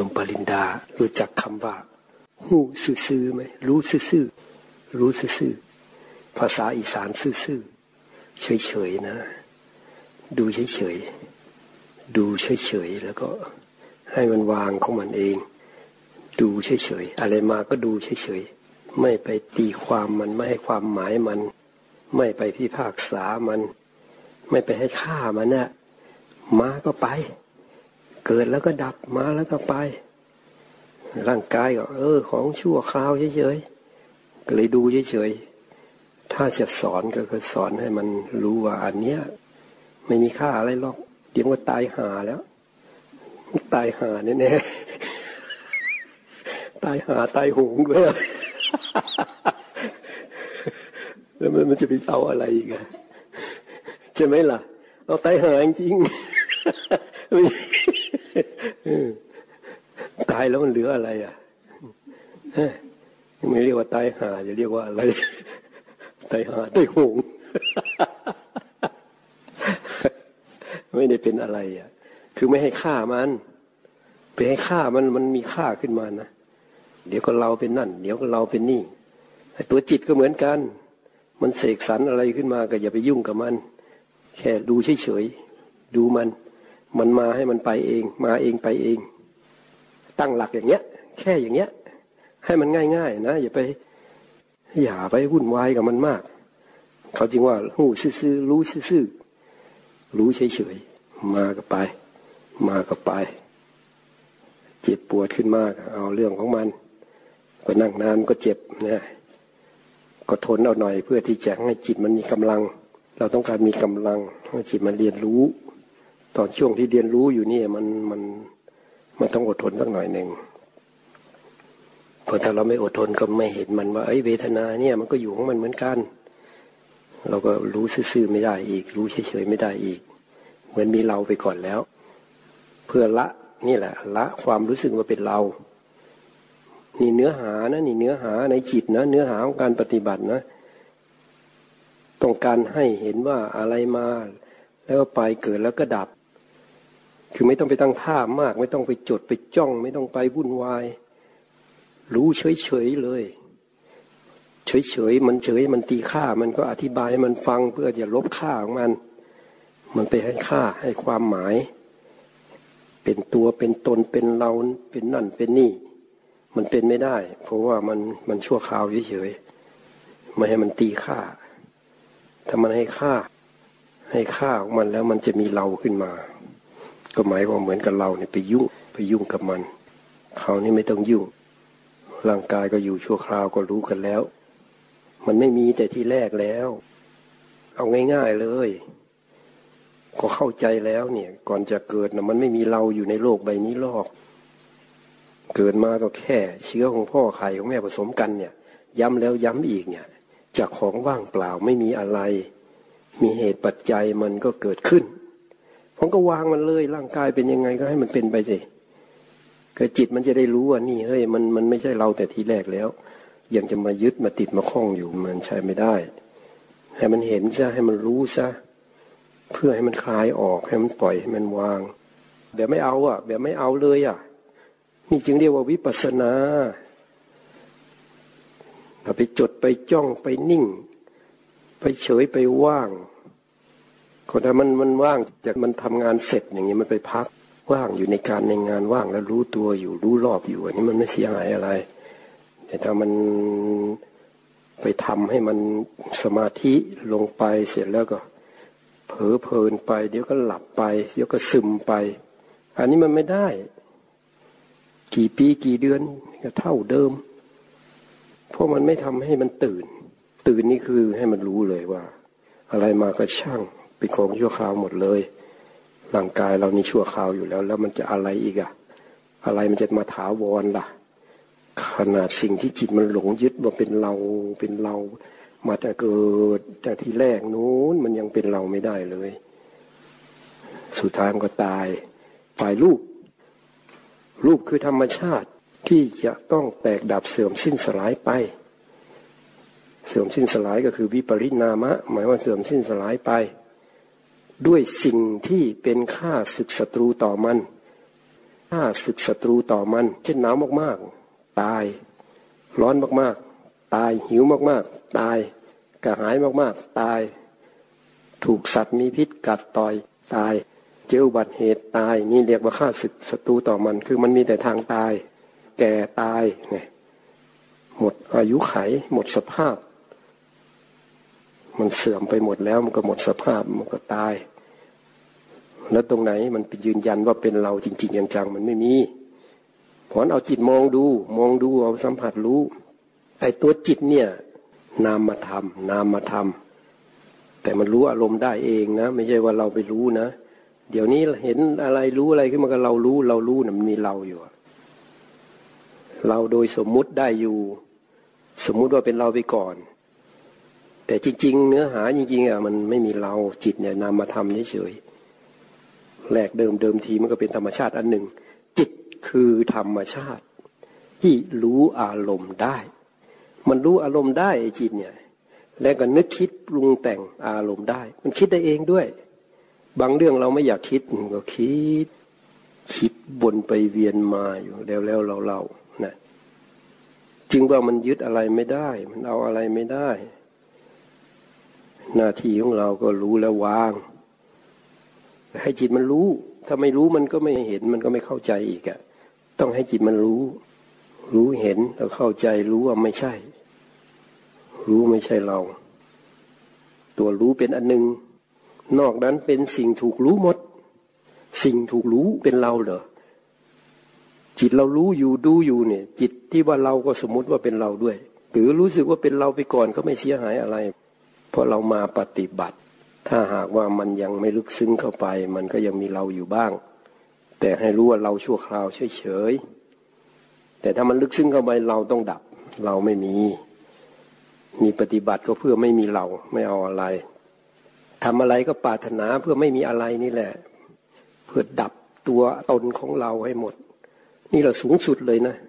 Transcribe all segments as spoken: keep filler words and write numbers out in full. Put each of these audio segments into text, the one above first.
มปริญญารู้จักคำว่าหู้ซื่อๆไหมรู้ซื่อๆรู้ซื่อๆภาษาอีสานซื่อๆเฉยๆนะดูเฉยๆดูเฉยๆแล้วก็ให้มันวางของมันเองดูเฉยๆอะไรมาก็ดูเฉยๆไม่ไปตีความมันไม่ให้ความหมายมันไม่ไปพิพากษามันไม่ไปให้ค่ามันนะมาก็ไปเกิดแล้วก็ดับมาแล้วก็ไปร่างกายก็เออของชั่วคราวเฉยๆก็เลยดูเฉยๆถ้าจะสอนก็คือสอนให้มันรู้ว่าอันเนี้ยไม่มีค่าอะไรหรอกเดี๋ยวมันตายห่าแล้วตายห่าแน่ๆตายห่าตายหงด้วยแล้วมันจะไปเอาอะไรอีกอะใช่ไหมล่ะเอาตายห่าจริงตายแล้วมันเหลืออะไรอ่ะไม่เรียกว่าตายห่าจะเรียกว่าอะไรตายห่าตายหงไม่ได้เป็นอะไรอ่ะคือไม่ให้ค่ามันไปให้ค่ามันมันมีค่าขึ้นมานะเดี๋ยวก็เราเป็นนั่นเดี๋ยวก็เราเป็นนี่ตัวจิตก็เหมือนกันมันเสกสรรอะไรขึ้นมาก็อย่าไปยุ่งกับมันแค่ดูเฉยๆดูมันมันมาให้มันไปเองมาเองไปเองตั้งหลักอย่างเงี้ยแค่อย่างเงี้ยให้มันง่ายๆนะอย่าไปอย่าไปวุ่นวายกับมันมากเขาจึงว่าหูซื่อๆรู้ซื่อๆรู้เฉยๆมาก็ไปมาก็ไปเจ็บปวดขึ้นมากเอาเรื่องของมันก็นั่งนานก็เจ็บนะก็ทนเอาหน่อยเพื่อที่จะให้จิตมันมีกำลังเราต้องการมีกำลังให้จิตมันเรียนรู้ตอนช่วงที่เรียนรู้อยู่นี่มันมันมันต้องอดทนสักหน่อยหนึ่งเพราะถ้าเราไม่อดทนก็ไม่เห็นมันว่าไอ้เวทนาเนี่ยมันก็อยู่ของมันเหมือนกันเราก็รู้ซื่อๆไม่ได้อีกรู้เฉยๆไม่ได้อีกเหมือนมีเราไปก่อนแล้วเพื่อละนี่แหละละความรู้สึกว่าเป็นเรานี่เนื้อหานะนี่เนื้อหาในจิตนะเนื้อหาของการปฏิบัตินะต้องการให้เห็นว่าอะไรมาแล้วก็ไปเกิดแล้วก็ดับคือไม่ต้องไปตั้งท่ามากไม่ต้องไปจดไปจ้องไม่ต้องไปวุ่นวายรู้เฉยๆเลยเฉยๆมันเฉยมันตีค่ามันก็อธิบายให้มันฟังเพื่อจะลบค่าของมันมันไปให้ค่าให้ความหมายเป็นตัวเป็นตนเป็นเราเป็นนั่นเป็นนี่มันเป็นไม่ได้เพราะว่ามันมันชั่วคราวเฉยๆไม่ให้มันตีค่าถ้ามันให้ค่าให้ค่าของมันแล้วมันจะมีเราขึ้นมาก็หมายความเหมือนกับเราเนี่ยไปยุ่งไปยุ่งกับมันเขานี่ไม่ต้องยุ่งร่างกายก็อยู่ชั่วคราวก็รู้กันแล้วมันไม่มีแต่ที่แรกแล้วเอาง่ายๆเลยก็เข้าใจแล้วเนี่ยก่อนจะเกิดนะมันไม่มีเราอยู่ในโลกใบนี้หรอกเกิดมาก็แค่เชื้อของพ่อไข่ของแม่ผสมกันเนี่ยย้ำแล้วย้ำอีกเนี่ยจากของว่างเปล่าไม่มีอะไรมีเหตุปัจจัยมันก็เกิดขึ้นผมก็วางมันเลยร่างกายเป็นยังไงก็ให้มันเป็นไปสิก็จิตมันจะได้รู้ว่านี่เฮ้ยมันมันไม่ใช่เราแต่ทีแรกแล้วยังจะมายึดมาติดมาคล้องอยู่มันใช่ไม่ได้ให้มันเห็นซะให้มันรู้ซะเพื่อให้มันคลายออกให้มันปล่อยให้มันวางแบบไม่เอาอ่ะแบบไม่เอาเลยอ่ะนี่จึงเรียกว่าวิปัสสนาเราไปจดไปจ้องไปนิ่งไปเฉยไปว่างคนถ้ามันมันว่างจากมันทำงานเสร็จอย่างนี้มันไปพักว่างอยู่ในการในงานว่างแล้วรู้ตัวอยู่รู้รอบอยู่อันนี้มันไม่เสียหายอะไรแต่ถ้ามันไปทำให้มันสมาธิลงไปเสร็จแล้วก็เผลอเพลินไปเดี๋ยวก็หลับไปเดี๋ยวก็ซึมไปอันนี้มันไม่ได้กี่ปีกี่เดือนก็เท่าเดิมเพราะมันไม่ทำให้มันตื่นตื่นนี่คือให้มันรู้เลยว่าอะไรมาก็ช่างเป็นของชั่วคราวหมดเลยร่างกายเรานี่ชั่วคราวอยู่แล้วแล้วมันจะอะไรอีกอะอะไรมันจะมาถาวรล่ะขนาดสิ่งที่จิตมันหลงยึดว่าเป็นเราเป็นเรามาแต่เกิดแต่ทีแรกนู้นมันยังเป็นเราไม่ได้เลยสุดท้ายมันก็ตายฝ่ายรูปรูปคือธรรมชาติที่จะต้องแตกดับเสื่อมสิ้นสลายไปเสื่อมสิ้นสลายก็คือวิปริณามะหมายว่าเสื่อมสิ้นสลายไปด้วยสิ่งที่เป็นข้าศึกศัตรูต่อมันฆ่าศึกศัตรูต่อมันเช่นหนาวมากๆตายร้อนมากๆตายหิวมากๆตายกระหายมากๆตายถูกสัตว์มีพิษกัดต่อยตายเจออุบัติเหตุตายนี่เรียกว่าฆ่าศึกศัตรูต่อมันคือมันมีแต่ทางตายแก่ตายเนี่ยหมดอายุไขหมดสภาพมันเสื่อมไปหมดแล้วมันก็หมดสภาพมันก็ตายแล้วตรงไหนมันไปยืนยันว่าเป็นเราจริงๆจังๆมันไม่มีเพราะเอาจิตมองดูมองดูเอาสัมผัสรู้ไอ้ตัวจิตเนี่ยนามธรรมนามธรรมแต่มันรู้อารมณ์ได้เองนะไม่ใช่ว่าเราไปรู้นะเดี๋ยวนี้เห็นอะไรรู้อะไรขึ้นมาก็เรารู้เรารู้นะมันมีเราอยู่เราโดยสมมุติได้อยู่สมมุติว่าเป็นเราไปก่อนแต่จริงๆเนื้อหาจริงๆอ่ะมันไม่มีเราจิตเนี่ยนามธรรมเฉยๆแรกเดิมเดิมทีมันก็เป็นธรรมชาติอันหนึ่งจิตคือธรรมชาติที่รู้อารมณ์ได้มันรู้อารมณ์ได้ไอ้จิตเนี่ยแล้วก็นึกคิดปรุงแต่งอารมณ์ได้มันคิดได้เองด้วยบางเรื่องเราไม่อยากคิดมันก็คิดคิดวนไปเวียนมาอยู่แล้วแล้วเราเรานะจึงว่ามันยึดอะไรไม่ได้มันเอาอะไรไม่ได้หน้าที่ของเราก็รู้แล้ววางให้จิตมันรู้ถ้าไม่รู้มันก็ไม่เห็นมันก็ไม่เข้าใจอีกอะต้องให้จิตมันรู้รู้เห็นแล้วเข้าใจรู้ว่าไม่ใช่รู้ไม่ใช่เราตัวรู้เป็นอันหนึ่งนอกนั้นเป็นสิ่งถูกรู้หมดสิ่งถูกรู้เป็นเราเหรอจิตเรารู้อยู่ดูอยู่เนี่ยจิตที่ว่าเราก็สมมุติว่าเป็นเราด้วยหรือรู้สึกว่าเป็นเราไปก่อนก็ไม่เสียหายอะไรเพราะเรามาปฏิบัติถ้าหากว่ามันยังไม่ลึกซึ้งเข้าไปมันก็ยังมีเราอยู่บ้างแต่ให้รู้ว่าเราชั่วคราวเฉยๆแต่ถ้ามันลึกซึ้งเข้าไปเราต้องดับเราไม่มีมีปฏิบัติก็เพื่อไม่มีเราไม่เอาอะไรทำอะไรก็ปรารถนาเพื่อไม่มีอะไรนี่แหละเพื่อดับตัวตนของเราให้หมดนี่เราสูงสุดเลยนะ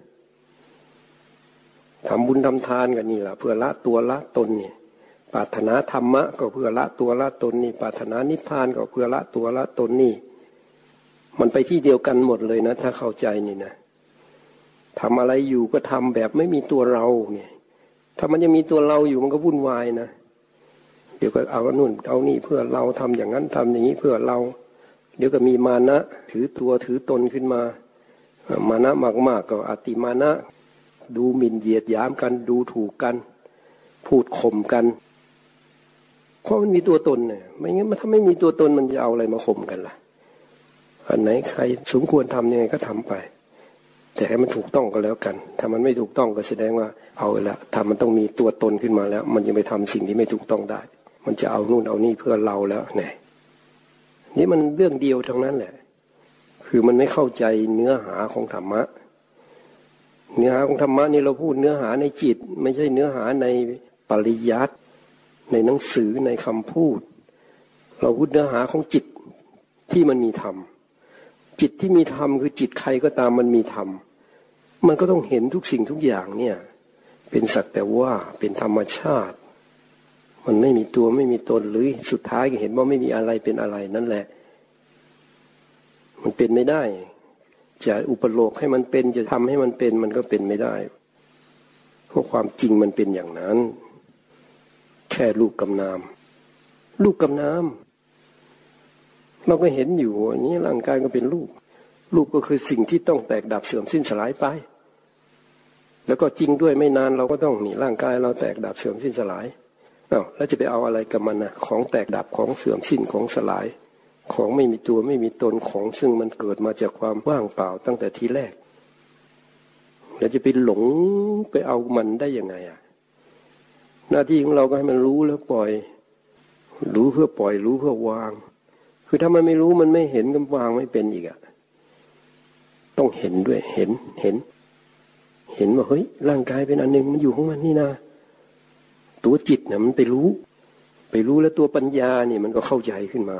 ทำบุญทำทานกันนี่แหละเพื่อละตัวละตนนี่ปรารถนาธรรมะก็เพื่อละตัวละตนนี่ปรารถนานิพพานก็เพื่อละตัวละตนนี่มันไปที่เดียวกันหมดเลยนะถ้าเข้าใจนี่นะทำอะไรอยู่ก็ทำแบบไม่มีตัวเราเนี่ยถ้ามันยังมีตัวเราอยู่มันก็วุ่นวายนะเดี๋ยวก็เอานู่นเอานี่เพื่อเราทำอย่างนั้นทำอย่างนี้เพื่อเราเดี๋ยวก็มีมานะถือตัวถือตนขึ้นมามานะมากๆก็อติมานะดูหมิ่นเหยียดหยามกันดูถูกกันพูดข่มกันเพราะมันมีตัวตนเนี่ยไม่งั้นมันถ้าไม่มีตัวตนมันจะเอาอะไรมาข่มกันล่ะอันไหนใครสมควรทำยังไงก็ทำไปแต่ให้มันถูกต้องก็แล้วกันถ้ามันไม่ถูกต้องก็แสดงว่าเอาละถ้ามันต้องมีตัวตนขึ้นมาแล้วมันจะไปทำสิ่งที่ไม่ถูกต้องได้มันจะเอานู่นเอานี่เพื่อเราแล้วเนี่ยนี่มันเรื่องเดียวทั้งนั้นแหละคือมันไม่เข้าใจเนื้อหาของธรรมะเนื้อหาของธรรมะนี่เราพูดเนื้อหาในจิตไม่ใช่เนื้อหาในปริยัติในหนังสือในคำพูดเราพูดเนื้อหาของจิตที่มันมีธรรมจิตที่มีธรรมคือจิตใครก็ตามมันมีธรรมมันก็ต้องเห็นทุกสิ่งทุกอย่างเนี่ยเป็นสักแต่ว่าเป็นธรรมชาติมันไม่มีตัวไม่มีตนหรือสุดท้ายก็เห็นว่าไม่มีอะไรเป็นอะไรนั่นแหละมันเป็นไม่ได้จะอุปโลกให้มันเป็นจะทำให้มันเป็นมันก็เป็นไม่ได้เพราะความจริงมันเป็นอย่างนั้นแค่รูปกับนามรูปกับนามเราก็เห็นอยู่อย่างนี้ร่างกายก็เป็นรูปรูปก็คือสิ่งที่ต้องแตกดับเสื่อมสิ้นสลายไปแล้วก็จริงด้วยไม่นานเราก็ต้องนี่ร่างกายเราแตกดับเสื่อมสิ้นสลายอ้าวแล้วจะไปเอาอะไรกับมันนะของแตกดับของเสื่อมสิ้นของสลายของไม่มีตัวไม่มีตนของซึ่งมันเกิดมาจากความว่างเปล่าตั้งแต่ทีแรกแล้วจะไปหลงไปเอามันได้ยังไงอ่ะหน้าที่ของเราก็ให้มันรู้แล้วปล่อยรู้เพื่อปล่อยรู้เพื่อวางคือถ้ามันไม่รู้มันไม่เห็นก็วางไม่เป็นอีกอ่ะต้องเห็นด้วยเห็นเห็นเห็นว่าเฮ้ยร่างกายเป็นอันนึงมันอยู่ของมันนี่นะตัวจิตเนี่ยมันไปรู้ไปรู้แล้วตัวปัญญานี่มันก็เข้าใจขึ้นมา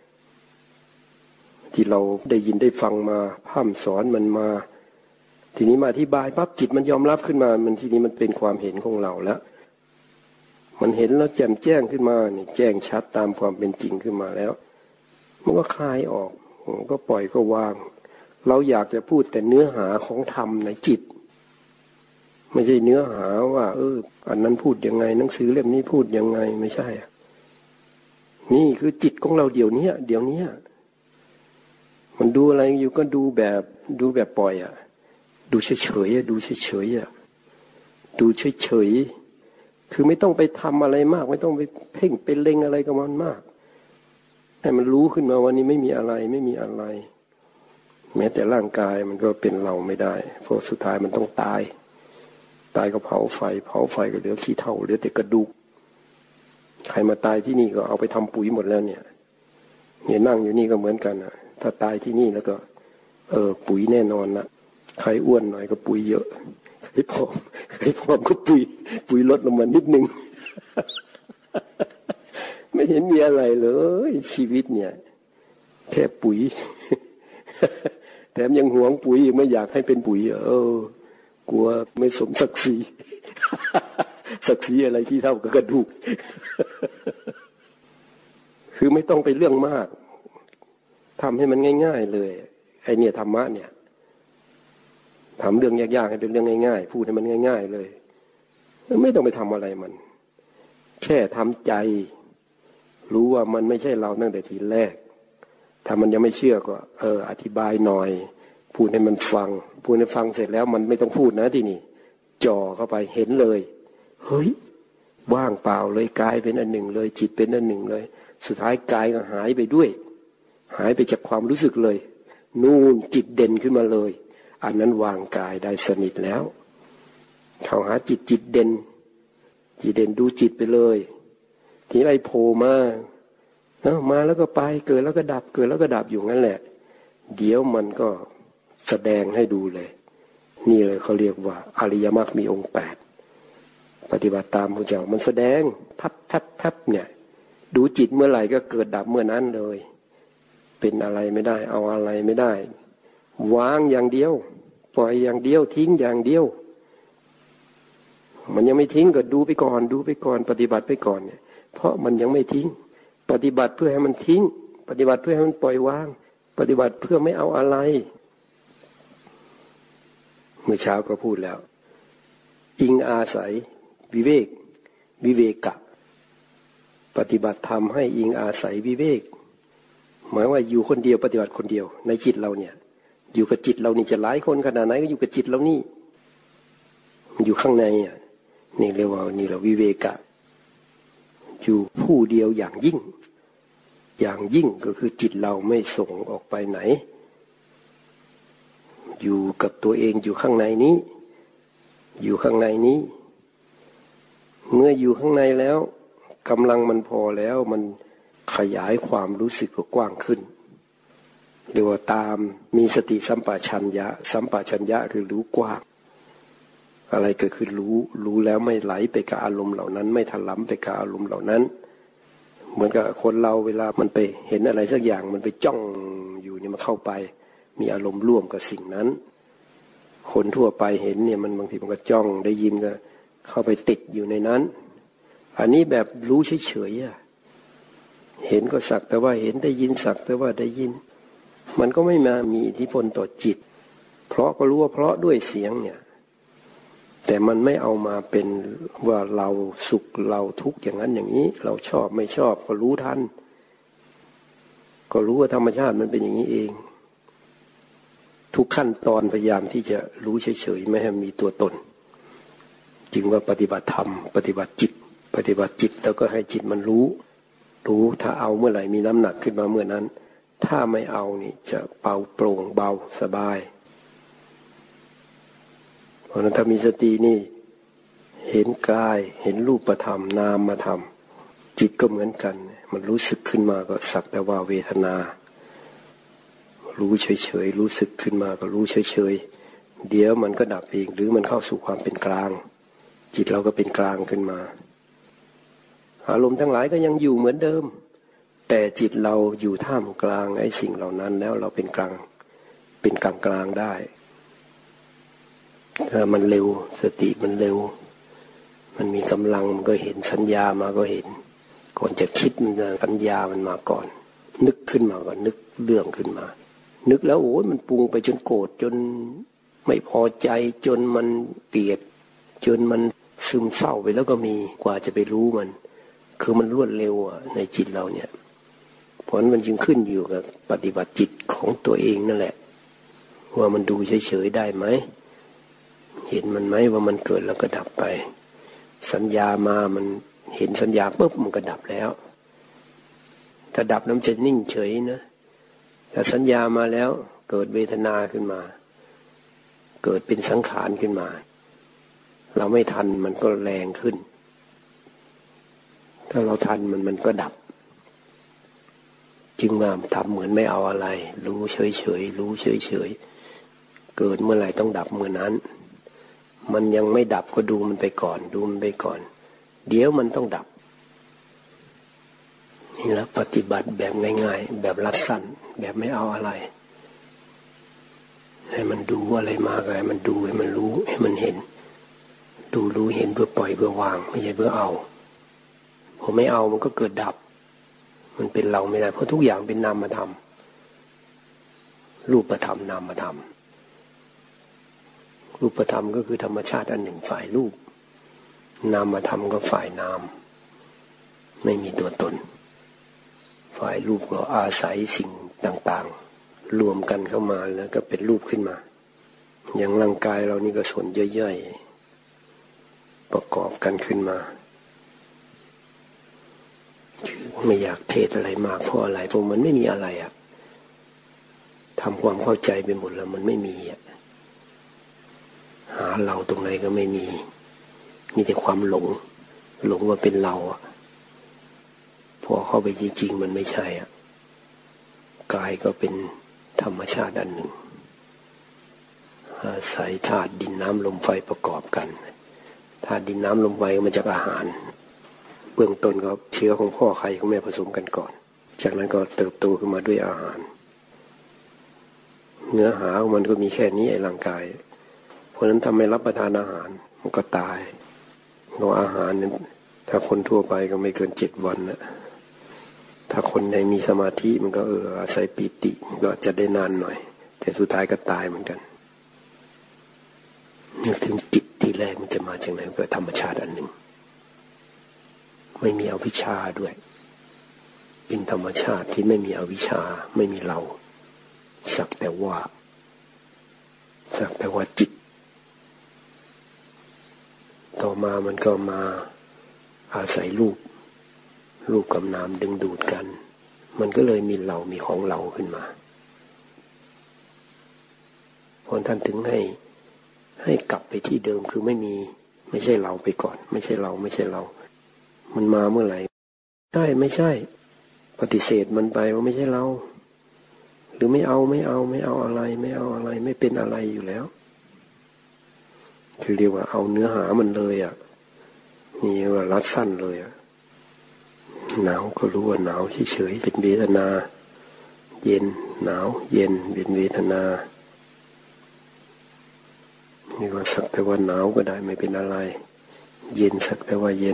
ที่เราได้ยินได้ฟังมาพร่ำสอนมันมาทีนี้มาอธิบายปั๊บจิตมันยอมรับขึ้นมามันทีนี้มันเป็นความเห็นของเราแล้วมันเห็นแล้วแจ่มแจ้งขึ้นมานี่แจ้งชัดตามความเป็นจริงขึ้นมาแล้วมันก็คลายออกมันก็ปล่อยก็วางเราอยากจะพูดแต่เนื้อหาของธรรมในจิตไม่ใช่เนื้อหาว่าเอออันนั้นพูดยังไงหนังสือเล่มนี้พูดยังไงไม่ใช่นี่คือจิตของเราเดี๋ยวนี้เดี๋ยวนี้มันดูอะไรอยู่ก็ดูแบบดูแบบปล่อยอ่ะดูเฉยๆดูเฉยๆอ่ะดูเฉยๆคือไม่ต้องไปทำอะไรมากไม่ต้องไปเพ่งไปเล็งอะไรกับมันมากให้มันรู้ขึ้นมาวันนี้ไม่มีอะไรไม่มีอะไรแม้แต่ร่างกายมันก็เป็นเราไม่ได้เพราะสุดท้ายมันต้องตายตายก็เผาไฟเผาไฟก็เหลือขี้เถ้าเหลือแต่กระดูกใครมาตายที่นี่ก็เอาไปทำปุ๋ยหมดแล้วเนี่ยเนี่ยนั่งอยู่นี่ก็เหมือนกันอ่ะถ้าตายที่นี่แล้วก็เออปุ๋ยแน่นอนละใครอ้วนหน่อยก็ปุ๋ยเยอะใครผอมใครผอมก็ปุ๋ยปุ๋ยลดลงมานิดนึง ไม่เห็นมีอะไรเลยชีวิตเนี่ยแค่ปุ๋ย แถมยังหวงปุ๋ยไม่อยากให้เป็นปุ๋ยเออกลัวไม่สมศักดิ์ศรี ศักดิ์ศรีอะไรที่เท่ากับกระดูก คือไม่ต้องไปเรื่องมากทำให้มันง่ายๆเลยไอเนี่ยธรรมะเนี่ยทำเรื่องยากๆให้เป็นเรื่องง่ายๆพูดให้มันง่ายๆเลยไม่ต้องไปทำอะไรมันแค่ทำใจรู้ว่ามันไม่ใช่เราตั้งแต่ทีแรกถ้ามันยังไม่เชื่อก็เอออธิบายหน่อยพูดให้มันฟังพูดให้ฟังเสร็จแล้วมันไม่ต้องพูดนะที่นี่จ่อเข้าไปเห็นเลยเฮ้ยว่างเปล่าเลยกายเป็นอันหนึ่งเลยจิตเป็นอันหนึ่งเลยสุดท้ายกายก็หายไปด้วยหายไปจากความรู้สึกเลยนู่นจิตเด่นขึ้นมาเลยอันนั้นวางกายได้สนิทแล้วเข้าหาจิตจิตเด่นจิตเด่นดูจิตไปเลยทีไรโผล่มาเอ้ามาแล้วก็ไปเกิดแล้วก็ดับเกิดแล้วก็ดับอยู่งั้นแหละเดี๋ยวมันก็แสดงให้ดูเลยนี่เลยเขาเรียกว่าอริยมรรคมีองค์แปดปฏิบัติตามพระเจ้ามันแสดงพับพับพับเนี่ยดูจิตเมื่อไหร่ก็เกิดดับเมื่อนั้นเลยเป็นอะไรไม่ได้เอาอะไรไม่ได้วางอย่างเดียวปล่อยอย่างเดียวทิ้งอย่างเดียวมันยังไม่ทิ้งก็ดูไปก่อนดูไปก่อนปฏิบัติไปก่อนเนี่ยเพราะมันยังไม่ทิ้งปฏิบัติเพื่อให้มันทิ้งปฏิบัติเพื่อให้มันปล่อยวางปฏิบัติเพื่อไม่เอาอะไรเมื่อเช้าก็พูดแล้วอิงอาศัยวิเวกวิเวกะปฏิบัติธรรมให้อิงอาศัยวิเวกหมายว่าอยู่คนเดียวปฏิบัติคนเดียวในจิตเราเนี่ยอยู่กับจิตเรานี่จะหลายคนขนาดไหนก็อยู่กับจิตเรานี่มันอยู่ข้างในอ่ะนี่เรียกว่านี่เราวิเวกะอยู่ผู้เดียวอย่างยิ่งอย่างยิ่งก็คือจิตเราไม่ส่งออกไปไหนอยู่กับตัวเองอยู่ข้างในนี้อยู่ข้างในนี้เมื่ออยู่ข้างในแล้วกำลังมันพอแล้วมันขยายความรู้สึกก็กว้างขึ้นเรียกว่าตามมีสติสัมปชัญญะสัมปชัญญะคือรู้กว้างอะไรเกิดขึ้นรู้รู้แล้วไม่ไหลไปกับอารมณ์เหล่านั้นไม่ถลำไปกับอารมณ์เหล่านั้นเหมือนกับคนเราเวลามันไปเห็นอะไรสักอย่างมันไปจ้องอยู่เนี่ยมันเข้าไปมีอารมณ์ร่วมกับสิ่งนั้นคนทั่วไปเห็นเนี่ยมันบางทีมันก็จ้องได้ยินก็เข้าไปติดอยู่ในนั้นอันนี้แบบรู้เฉยๆอ่ะเห็นก็สักแต่ว่าเห็นได้ยินสักแต่ว่าได้ยินมันก็ไม่มามีอิทธิพลต่อจิตเพราะก็รู้ว่าเพราะด้วยเสียงเนี่ยแต่มันไม่เอามาเป็นว่าเราสุขเราทุกข์อย่างนั้นอย่างนี้เราชอบไม่ชอบก็รู้ทันก็รู้ว่าธรรมชาติมันเป็นอย่างนี้เองทุกขั้นตอนพยายามที่จะรู้เฉยๆไม่ให้มีตัวตนจึงว่าปฏิบัติธรรมปฏิบัติจิตปฏิบัติจิตแล้วก็ให้จิตมันรู้รู้ถ้าเอาเมื่อไหร่มีน้ำหนักขึ้นมาเมื่อนั้นถ้าไม่เอานี่จะเบาโปร่งเบาสบายเพราะนั้นถ้ามีสตินี่เห็นกายเห็นรูปธรรมนามธรรมจิตก็เหมือนกันมันรู้สึกขึ้นมาก็สักแต่ว่าเวทนารู้เฉยๆรู้สึกขึ้นมาก็รู้เฉยๆเดี๋ยวมันก็ดับเองหรือมันเข้าสู่ความเป็นกลางจิตเราก็เป็นกลางขึ้นมาอารมณ์ทั้งหลายก็ยังอยู่เหมือนเดิมแต่จิตเราอยู่ท่ามกลางไอ้สิ่งเหล่านั้นแล้วเราเป็นกลางเป็นกลางกลางได้ถ้ามันเร็วสติมันเร็วมันมีกำลังมันก็เห็นสัญญามาก็เห็นก่อนจะคิดมันสัญญามันมาก่อนนึกขึ้นมาก็นึกเรื่องขึ้นมานึกแล้วโอ้ยมันปรุงไปจนโกรธจนไม่พอใจจนมันเกลียดจนมันซึมเศร้าไปแล้วก็มีกว่าจะไปรู้มันคือมันรวดเร็วอ่ะในจิตเราเนี่ยเพราะฉะนั้นมันจึงขึ้นอยู่กับปฏิบัติจิตของตัวเองนั่นแหละว่ามันดูเฉยๆได้ไหมเห็นมันไหมว่ามันเกิดแล้วก็ดับไปสัญญามามันเห็นสัญญาปุ๊บมันก็ดับแล้วถ้าดับน้ำจะนิ่งเฉยนะถ้าสัญญามาแล้วเกิดเวทนาขึ้นมาเกิดเป็นสังขารขึ้นมาเราไม่ทันมันก็แรงขึ้นถ้าเราทันมันมันก็ดับจึงมาทำเหมือนไม่เอาอะไรรู้เฉยเฉยรู้เฉยเฉยเกิดเมื่อไหร่ต้องดับเมื่อนั้นมันยังไม่ดับก็ดูมันไปก่อนดูมันไปก่อนเดี๋ยวมันต้องดับนี่แหละปฏิบัติแบบง่ายๆแบบรัดสั้นแบบไม่เอาอะไรให้มันดูอะไรมาก็ให้มันดูให้มันรู้ให้มันเห็นดูรู้เห็นเพื่อปล่อยเพื่อวางไม่ใช่เพื่อเอาพอไม่เอามันก็เกิดดับมันเป็นเราไม่ได้เพราะทุกอย่างเป็นนามธรรมรูปธรรมนามธรรมรูปธรรมก็คือธรรมชาติอันหนึ่งฝ่ายรูปนามธรรมก็ฝ่ายนามไม่มีตัวตนฝ่ายรูปก็อาศัยสิ่งต่างๆรวมกันเข้ามาแล้วก็เป็นรูปขึ้นมาอย่างร่างกายเรานี่ก็ส่วนย่อยๆประกอบกันขึ้นมาไม่อยากเทศอะไรมากเพราะอะไรเพราะมันไม่มีอะไรอะทำความเข้าใจไปหมดแล้วมันไม่มีอะหาเราตรงไหนก็ไม่มีมีแต่ความหลงหลงว่าเป็นเราอะพอเข้าไปจริงๆมันไม่ใช่อะกายก็เป็นธรรมชาติอันหนึ่งอาศัยธาตุดินน้ำลมไฟประกอบกันธาตุดินน้ำลมไฟก็มาจากอาหารเบื้องต้นก็เชื้อของพ่อไข่ของแม่ผสมกันก่อนจากนั้นก็เติบโตขึ้นมาด้วยอาหารเนื้อหาของมันก็มีแค่นี้ไอ้ร่างกายเพราะฉะนั้นถ้าไม่รับประทานอาหารมันก็ตายเพราะอาหารนั้นถ้าคนทั่วไปก็ไม่เกินเจ็ดวันนะถ้าคนในมีสมาธิมันก็เอออาศัยปีติก็จะได้นานหน่อยแต่สุดท้ายก็ตายเหมือนกันนึกถึงจิตที่แรกมันจะมาจากไหนก็ธรรมชาติอันหนึ่งไม่มีอวิชชาด้วยเป็นธรรมชาติที่ไม่มีอวิชชาไม่มีเราสักแต่ว่าสักแต่ว่าจิตต่อมามันก็มาอาศัยรูปรูปกับนามดึงดูดกันมันก็เลยมีเรามีของเราขึ้นมาพอท่านถึงให้ให้กลับไปที่เดิมคือไม่มีไม่ใช่เราไปก่อนไม่ใช่เราไม่ใช่เรามันมาเมื่อไหร่ใช่ไม่ใช่ปฏิเสธมันไปว่าไม่ใช่เราหรือไม่เอาไม่เอาไม่เอาอะไรไม่เอาอะไรไม่เป็นอะไรอยู่แล้วคือเรียกว่าเอาเนื้อหามันเลยอ่ะนี่ว่ารัดสั้นเลยอ่ะหนาวก็รู้ว่าหนาวเฉยๆเป็นเวทนาเย็นหนาวเย็นเป็นเวทนานี่ว่าสักแต่ว่าหนาวก็ได้ไม่เป็นอะไรเย็นสักแต่ว่าเย็น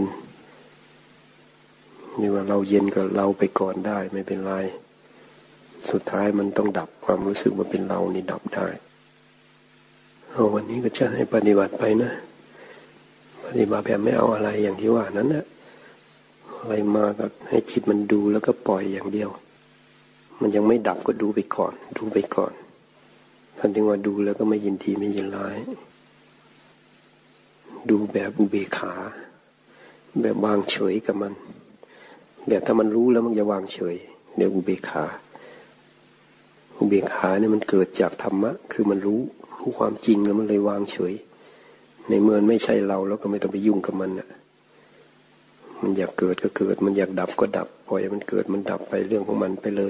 นี่ว่าเราเย็นก็เราไปก่อนได้ไม่เป็นไรสุดท้ายมันต้องดับความรู้สึกว่าเป็นเรานี่ดับได้เอาวันนี้ก็จะให้ปฏิบัติไปนะปฏิบัติแบบไม่เอาอะไรอย่างที่ว่านั้นนะอะไรมาก็ให้จิตมันดูแล้วก็ปล่อยอย่างเดียวมันยังไม่ดับก็ดูไปก่อนดูไปก่อนท่านจึงว่าดูแล้วก็ไม่ยินดีไม่ยินร้ายดูแบบอุเบกขาแบบวางเฉยกับมันแบบถ้ามันรู้แล้วมันจะวางเฉยเดี๋ยวอุเบกขาอุเบกขาเนี่ยมันเกิดจากธรรมะคือมันรู้รู้ความจริงแล้วมันเลยวางเฉยในเมื่อไม่ใช่เราแล้วก็ไม่ต้องไปยุ่งกับมันนะมันอยากเกิดก็เกิดมันอยากดับก็ดับปล่อยมันเกิดมันดับไปเรื่องของมันไปเลย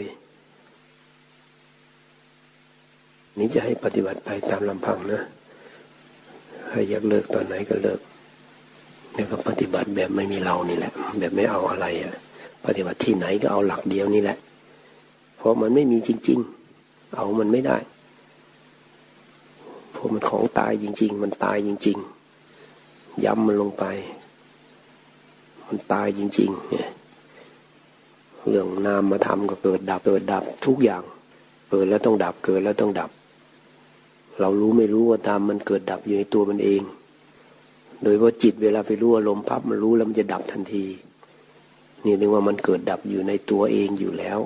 นี้จะให้ปฏิบัติไปตามลำพังนะให้อยากเลิกตอนไหนก็เลิกแล้วก็ปฏิบัติแบบไม่มีเรานี่แหละแบบไม่เอาอะไรอ่ะปฏิบัติที่ไหนก็เอาหลักเดียวนี่แหละเพราะมันไม่มีจริงๆเอามันไม่ได้เพราะมันของตายจริงๆมันตายจริงๆย้ำมันลงไปมันตายจริงๆเนี่ยเรื่องนามมาทำก็เกิดดับเกิดดับทุกอย่างเกิดแล้วต้องดับเกิดแล้วต้องดับเรารู้ไม่รู้ว่าตามมันเกิดดับอยู่ในตัวมันเองโดยว่าจิตเวลาไปรู้อารมณ์ปั๊บมันรู้แล้วมันจะดับทันทีนี่เรียกว่ามันเกิดดับอยู่ในตัวเองอยู่แล้ว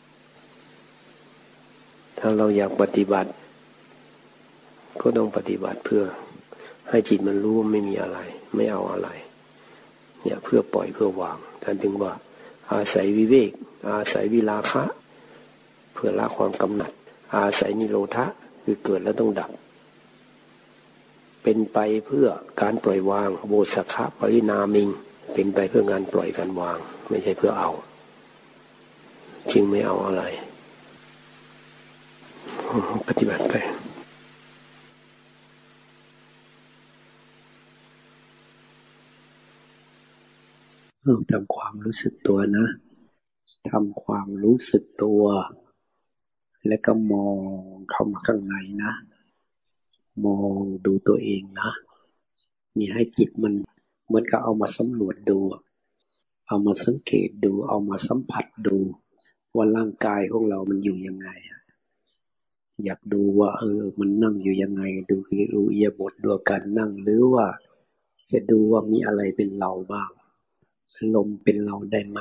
ถ้าเราอยากปฏิบัติก็ต้องปฏิบัติเพื่อให้จิตมันรู้ว่าไม่มีอะไรไม่เอาอะไรเนี่ยเพื่อปล่อยเพื่อวางท่านถึงว่าอาศัยวิเวกอาศัยวิราคะเพื่อละความกำหนัดอาศัยนิโรธะคือเกิดแล้วต้องดับเป็นไปเพื่อการปล่อยวางโวสัคคะปรินามิงเป็นไปเพื่องานปล่อยการวางไม่ใช่เพื่อเอาจึงไม่เอาอะไรปฏิบัติไปทำความรู้สึกตัวนะทำความรู้สึกตัวแล้วก็มองเข้ามาข้างในนะมองดูตัวเองนะมีให้จิตมันเหมือนกับเอามาสำรวจดูเอามาสังเกตดูเอามาสัมผัสดูว่าร่างกายของเรามันอยู่ยังไงอยากดูว่าเออมันนั่งอยู่ยังไงดูดูอิริยาบถดูการนั่งหรือว่าจะดูว่ามีอะไรเป็นเราบ้างลมเป็นเราได้ไหม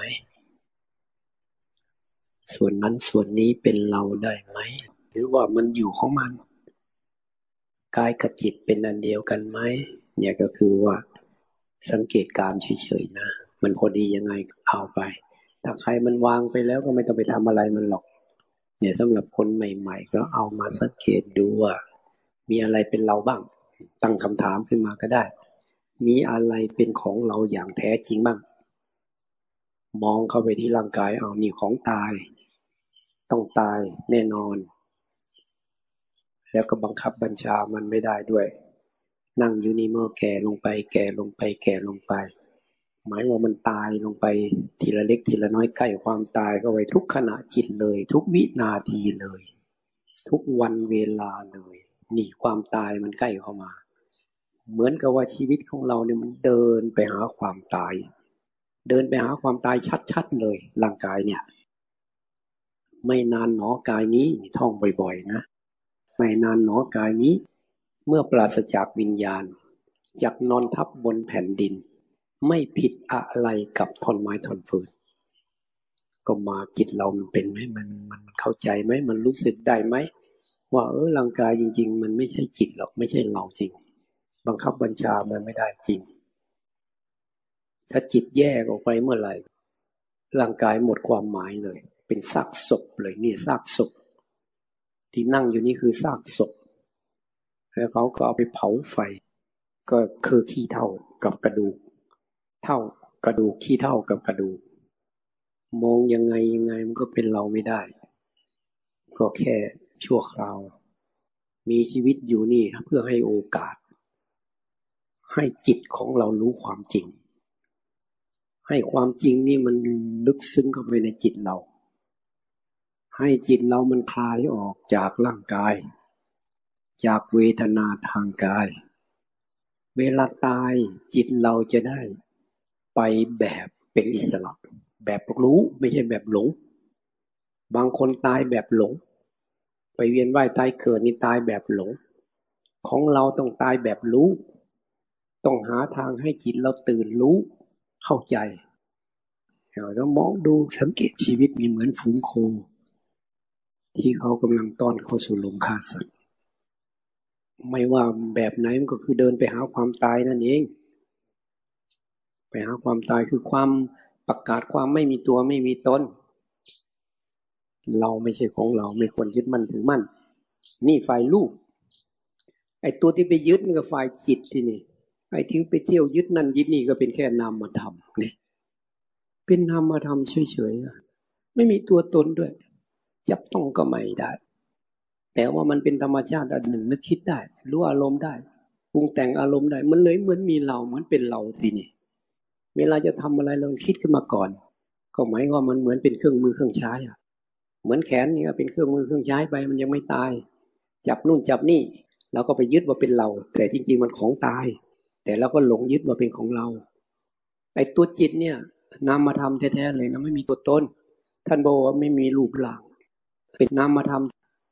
ส่วนนั้นส่วนนี้เป็นเราได้ไหมหรือว่ามันอยู่ของมันกายกับจิตเป็นอันเดียวกันไหมเนี่ยก็คือว่าสังเกตการเฉยๆนะมันพอดียังไงเอาไปถ้าใครมันวางไปแล้วก็ไม่ต้องไปทำอะไรมันหรอกเนี่ยสำหรับคนใหม่ๆก็เอามาสังเกตดูว่ามีอะไรเป็นเราบ้างตั้งคำถามขึ้นมาก็ได้มีอะไรเป็นของเราอย่างแท้จริงบ้างมองเข้าไปที่ร่างกายเอานี่ของตายต้องตายแน่นอนแล้วก็บังคับบัญชามันไม่ได้ด้วยนั่งอยู่นี่เมื่อแก่ลงไปแก่ลงไปแก่ลงไปหมายว่ามันตายลงไปทีละเล็กทีละน้อยใกล้ความตายเข้าไปทุกขณะจิตเลยทุกวินาทีเลยทุกวันเวลาเลยนี่ความตายมันใกล้เข้ามาเหมือนกับว่าชีวิตของเราเนี่ยมันเดินไปหาความตายเดินไปหาความตายชัดๆเลยร่างกายเนี่ยไม่นานหนอกายนี้ท่องบ่อยๆนะไม่นานหนอกายนี้เมื่อปราศจากวิญญาณจักนอนทับบนแผ่นดินไม่ผิดอะไรกับท่อนไม้ท่อนฟืนก็มาจิตเรามันเป็นไหมมันมันเข้าใจไหมมันรู้สึกได้ไหมว่าเออร่างกายจริงๆมันไม่ใช่จิตหรอกไม่ใช่เราจริงบังคับบัญชามันไม่ได้จริงถ้าจิตแยกออกไปเมื่อไหร่ร่างกายหมดความหมายเลยเป็นซากศพเลยนี่ซากศพที่นั่งอยู่นี่คือซากศพแล้วเขาก็เอาไปเผาไฟก็คือขี้เถ้ากับกระดูกเท่ากระดูกขี้เถ้ากับกระดูกมองยังไงยังไงมันก็เป็นเราไม่ได้ก็แค่ชั่วคราวมีชีวิตอยู่นี่เพื่อให้โอกาสให้จิตของเรารู้ความจริงให้ความจริงนี่มันลึกซึ้งเข้าไปในจิตเราให้จิตเรามันคลายออกจากร่างกายจากเวทนาทางกายเวลาตายจิตเราจะได้ไปแบบเป็นอิสระแบบรู้ไม่ใช่แบบหลงบางคนตายแบบหลงไปเวียนว่ายตายเกิดนี่ตายแบบหลงของเราต้องตายแบบรู้ต้องหาทางให้จิตเราตื่นรู้เข้าใจเรามองดูสังเกตชีวิตมีเหมือนฝูงโคที่เขากำลังต้อนเข้าสู่ลมฆ่าสัตว์ไม่ว่าแบบไหนมันก็คือเดินไปหาความตายนั่นเองไปหาความตายคือความประกาศความไม่มีตัวไม่มีตนเราไม่ใช่ของเราไม่ควรยึดมั่นถือมั่นนี่ฝ่ายรูปไอ้ตัวที่ไปยึดมันก็ฝ่ายจิตที่นี่ไอ้ที่ไปเที่ยวยึดนั่นยึดนี่ก็เป็นแค่นามธรรมนี่เป็นนามธรรมเฉยๆไม่มีตัวตนด้วยจับต้องก็ไม่ได้แต่ว่ามันเป็นธรรมชาติอันหนึ่งนึกคิดได้รู้อารมณ์ได้ปรุงแต่งอารมณ์ได้มันเลยเหมือนมีเราเหมือนเป็นเราทีนี่เวลาจะทำอะไรเราคิดขึ้นมาก่อนก็หมายว่ามันเหมือนเป็นเครื่องมือเครื่องใช้อะเหมือนแขนนี่ก็เป็นเครื่องมือเครื่องใช้ไปมันยังไม่ตายจับนู่นจับนี่เราก็ไปยึดว่าเป็นเราแต่จริงๆมันของตายแต่เราก็หลงยึดว่าเป็นของเราไอ้ตัวจิตเนี่ยนามธรรมแท้ๆเลยนะไม่มีตัวตนท่านบอกว่าไม่มีรูปร่างเป็นนามธรรม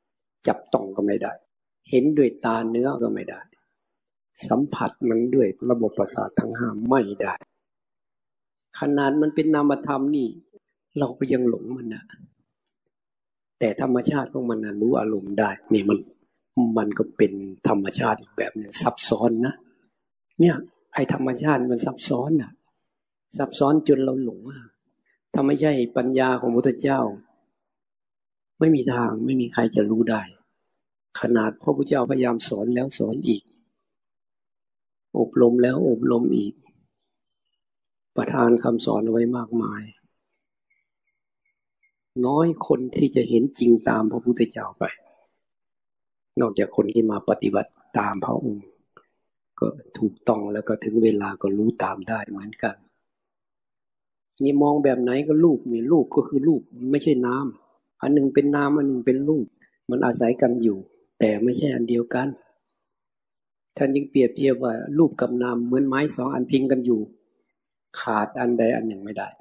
จับต้องก็ไม่ได้เห็นด้วยตาเนื้อก็ไม่ได้สัมผัสมันด้วยระบบประสาททั้งห้าไม่ได้ขนาดมันเป็นนามธรรมนี่เราก็ยังหลงมันนะแต่ธรรมชาติของมันนะรู้อารมณ์ได้นี่มันมันก็เป็นธรรมชาติอีกแบบหนึ่งซับซ้อนนะเนี่ยไอ้ธรรมชาติมันซับซ้อนอ่ะซับซ้อนจนเราหลงอ่ะถ้าไม่ใช่ปัญญาของพระพุทธเจ้าไม่มีทางไม่มีใครจะรู้ได้ขนาดพระพุทธเจ้าพยายามสอนแล้วสอนอีกอบรมแล้วอบรมอีกประทานคำสอนเอาไว้มากมายน้อยคนที่จะเห็นจริงตามพระพุทธเจ้าไปนอกจากคนที่มาปฏิบัติตามพระองค์ก็ถูกต้องแล้วก็ถึงเวลาก็รู้ตามได้เหมือนกันนี่มองแบบไหนก็รูปมีรูปก็คือรูปไม่ใช่นามอันหนึ่งเป็นนามอันหนึ่งเป็นรูปมันอาศัยกันอยู่แต่ไม่ใช่อันเดียวกันท่านยังเปรียบเทียบว่ารูปกับนามเหมือนไม้สองอันพิงกันอยู่ขาดอันใดอันหนึ่งไม่ได้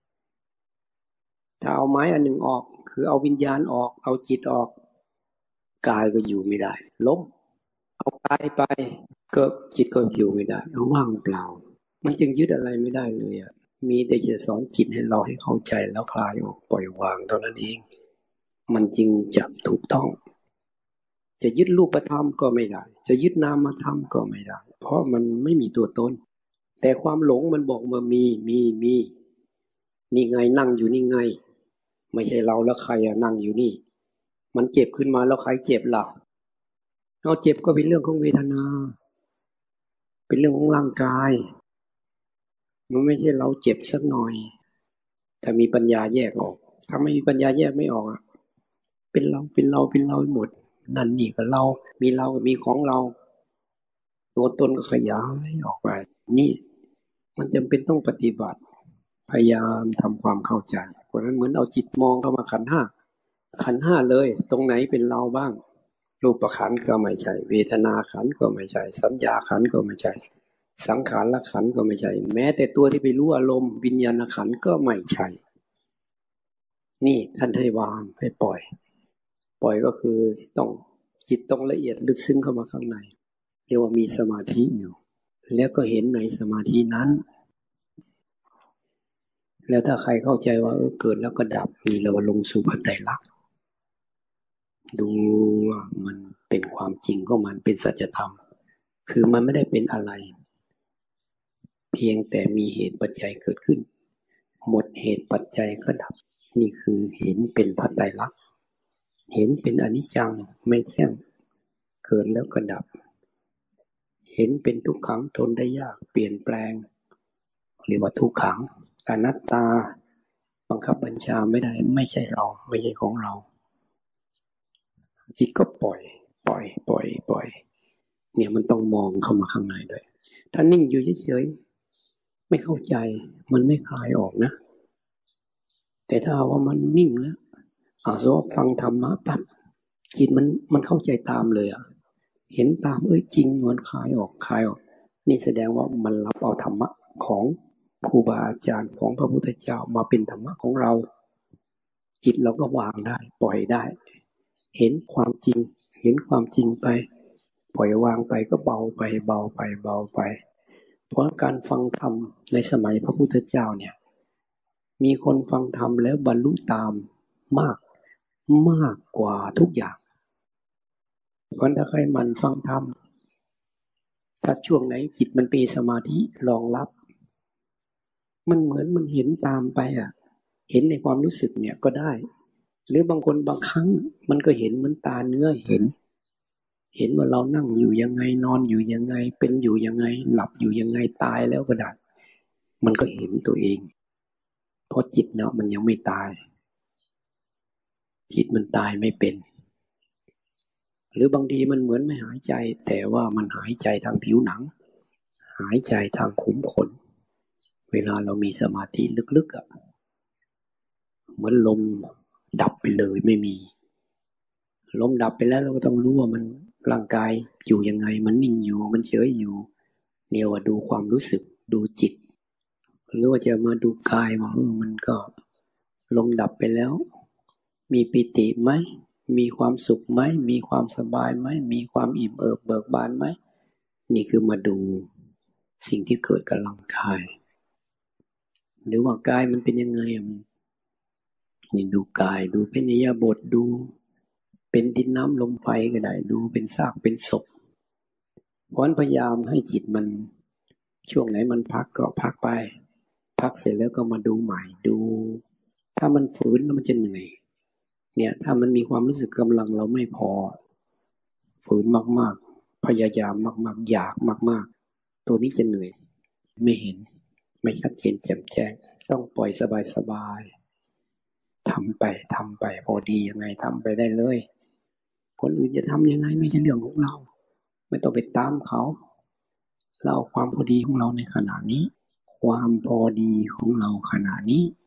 ถ้าเอาไม้อันหนึ่งออกคือเอาวิญญาณออกเอาจิตออกกายก็อยู่ไม่ได้ล้มเอากายไปก็จิตก็อยู่ไม่ได้เอาว่างเปล่ามันจึงยึดอะไรไม่ได้เลยอ่ะมีแต่จะสอนจิตให้เราให้เข้าใจแล้วคลายออกปล่อยวางเท่านั้นเองมันจึงจะถูกต้องจะยึดรูปธรรมก็ไม่ได้จะยึดนามธรรมก็ไม่ได้เพราะมันไม่มีตัวตนแต่ความหลงมันบอกว่ามีมีมีนี่ไงนั่งอยู่นี่ไงไม่ใช่เราแล้วใครอะนั่งอยู่นี่มันเจ็บขึ้นมาแล้วใครเจ็บล่ะเราเจ็บก็เป็นเรื่องของเวทนาเป็นเรื่องของร่างกายมันไม่ใช่เราเจ็บสักหน่อยถ้ามีปัญญาแยกออกถ้าไม่มีปัญญาแยกไม่ออกอะเป็นเราเป็นเราเป็นเราหมดนั่นนี่ก็เรามีเรามีของเราตัวตนก็ขยายออกไปนี่มันจำเป็นต้องปฏิบัติพยายามทำความเข้าใจเพราะนั้นเหมือนเอาจิตมองเข้ามาขันธ์ห้าขันธ์ห้าเลยตรงไหนเป็นเราบ้างรูปขันธ์ก็ไม่ใช่เวทนาขันธ์ก็ไม่ใช่สัญญาขันธ์ก็ไม่ใช่สังขารขันธ์ก็ไม่ใช่แม้แต่ตัวที่ไปรู้อารมณ์วิญญาณขันธ์ก็ไม่ใช่นี่ท่านให้วางให้ปล่อยปล่อยก็คือต้องจิตต้องละเอียดลึกซึ้งเข้ามาข้างในเรียกว่ามีสมาธิอยู่แล้วก็เห็นในสมาธินั้นแล้วถ้าใครเข้าใจว่าเออเกิดแล้วก็ดับมีเราลงสู่ปัจจัยลักษณ์ดูว่ามันเป็นความจริงของมันเป็นสัจธรรมคือมันไม่ได้เป็นอะไรเพียงแต่มีเหตุปัจจัยเกิดขึ้นหมดเหตุปัจจัยก็ดับนี่คือเห็นเป็นปัจจัยลักษณ์เห็นเป็นอนิจจังไม่เที่ยงเกิดแล้วก็ดับเห็นเป็นทุกขังทนได้ยากเปลี่ยนแปลงเรียกว่าทุกขังอนัตตาบังคับบัญชาไม่ได้ไม่ใช่เราไม่ใช่ของเราจิตก็ปล่อยปล่อยปล่อยปล่อยเนี่ยมันต้องมองเข้ามาข้างในด้วยถ้านิ่งอยู่เฉยๆไม่เข้าใจมันไม่คลายออกนะแต่ถ้าว่ามันนิ่งแล้วเอาซะฟังธรรมะปั๊บจิตมันมันเข้าใจตามเลยอ่ะเห็นตามเอ้ยจริงมันคลายออกคลายออกนี่แสดงว่ามันรับเอาธรรมะของครูบาอาจารย์ของพระพุทธเจ้ามาเป็นธรรมะของเราจิตเราก็วางได้ปล่อยได้เห็นความจริงเห็นความจริงไปปล่อยวางไปก็เบาไปเบาไปเบาไปเพราะการฟังธรรมในสมัยพระพุทธเจ้าเนี่ยมีคนฟังธรรมแล้วบรรลุตามมากมากกว่าทุกอย่างเพราะถ้าใครมันฟังธรรมถ้าช่วงไหนจิตมันเป็นสมาธิรองรับมันเหมือนมันเห็นตามไปอ่ะเห็นในความรู้สึกเนี่ยก็ได้หรือบางคนบางครั้งมันก็เห็นเหมือนตาเนื้อเห็นเห็นว่าเรานั่งอยู่ยังไงนอนอยู่ยังไงเป็นอยู่ยังไงหลับอยู่ยังไงตายแล้วก็ได้มันก็เห็นตัวเองเพราะจิตเนาะมันยังไม่ตายจิตมันตายไม่เป็นหรือบางทีมันเหมือนไม่หายใจแต่ว่ามันหายใจทางผิวหนังหายใจทางขุมขนเวลาเรามีสมาธิลึกๆอ่ะเหมือนลมดับไปเลยไม่มีลมดับไปแล้วเราก็ต้องรู้ว่ามันร่างกายอยู่ยังไงมันนิ่งอยู่มันเฉยอยู่เนี่ยว่าดูความรู้สึกดูจิตหรือว่าจะมาดูกายว่าเออมันก็ลมดับไปแล้วมีปิติไหมมีความสุขไหมมีความสบายไหมมีความอิ่มเอิบเบิกบานไหมนี่คือมาดูสิ่งที่เกิดกับร่างกายหรือว่ากายมันเป็นยังไงนี่ดูกายดูเป็นอิริยาบถดูเป็นดินน้ำลมไฟก็ได้ดูเป็นซากเป็นศพเพราะฉะนั้นพยายามให้จิตมันช่วงไหนมันพักก็พักไปพักเสร็จแล้วก็มาดูใหม่ดูถ้ามันฝืนแล้วมันจะเหนื่อยเนี่ยถ้ามันมีความรู้สึกกำลังเราไม่พอฝืนมากๆพยายามมากๆอยากมากๆตัวนี้จะเหนื่อยไม่เห็นไม่ชัดเจนแจ่มแจ้งต้องปล่อยสบายๆทำไปทำไปพอดียังไงทำไปได้เลยคนอื่นจะทำยังไงไม่ใช่เรื่องของเราไม่ต้องไปตามเขาเราความพอดีของเราในขณะนี้ความพอดีของเราขณะนี้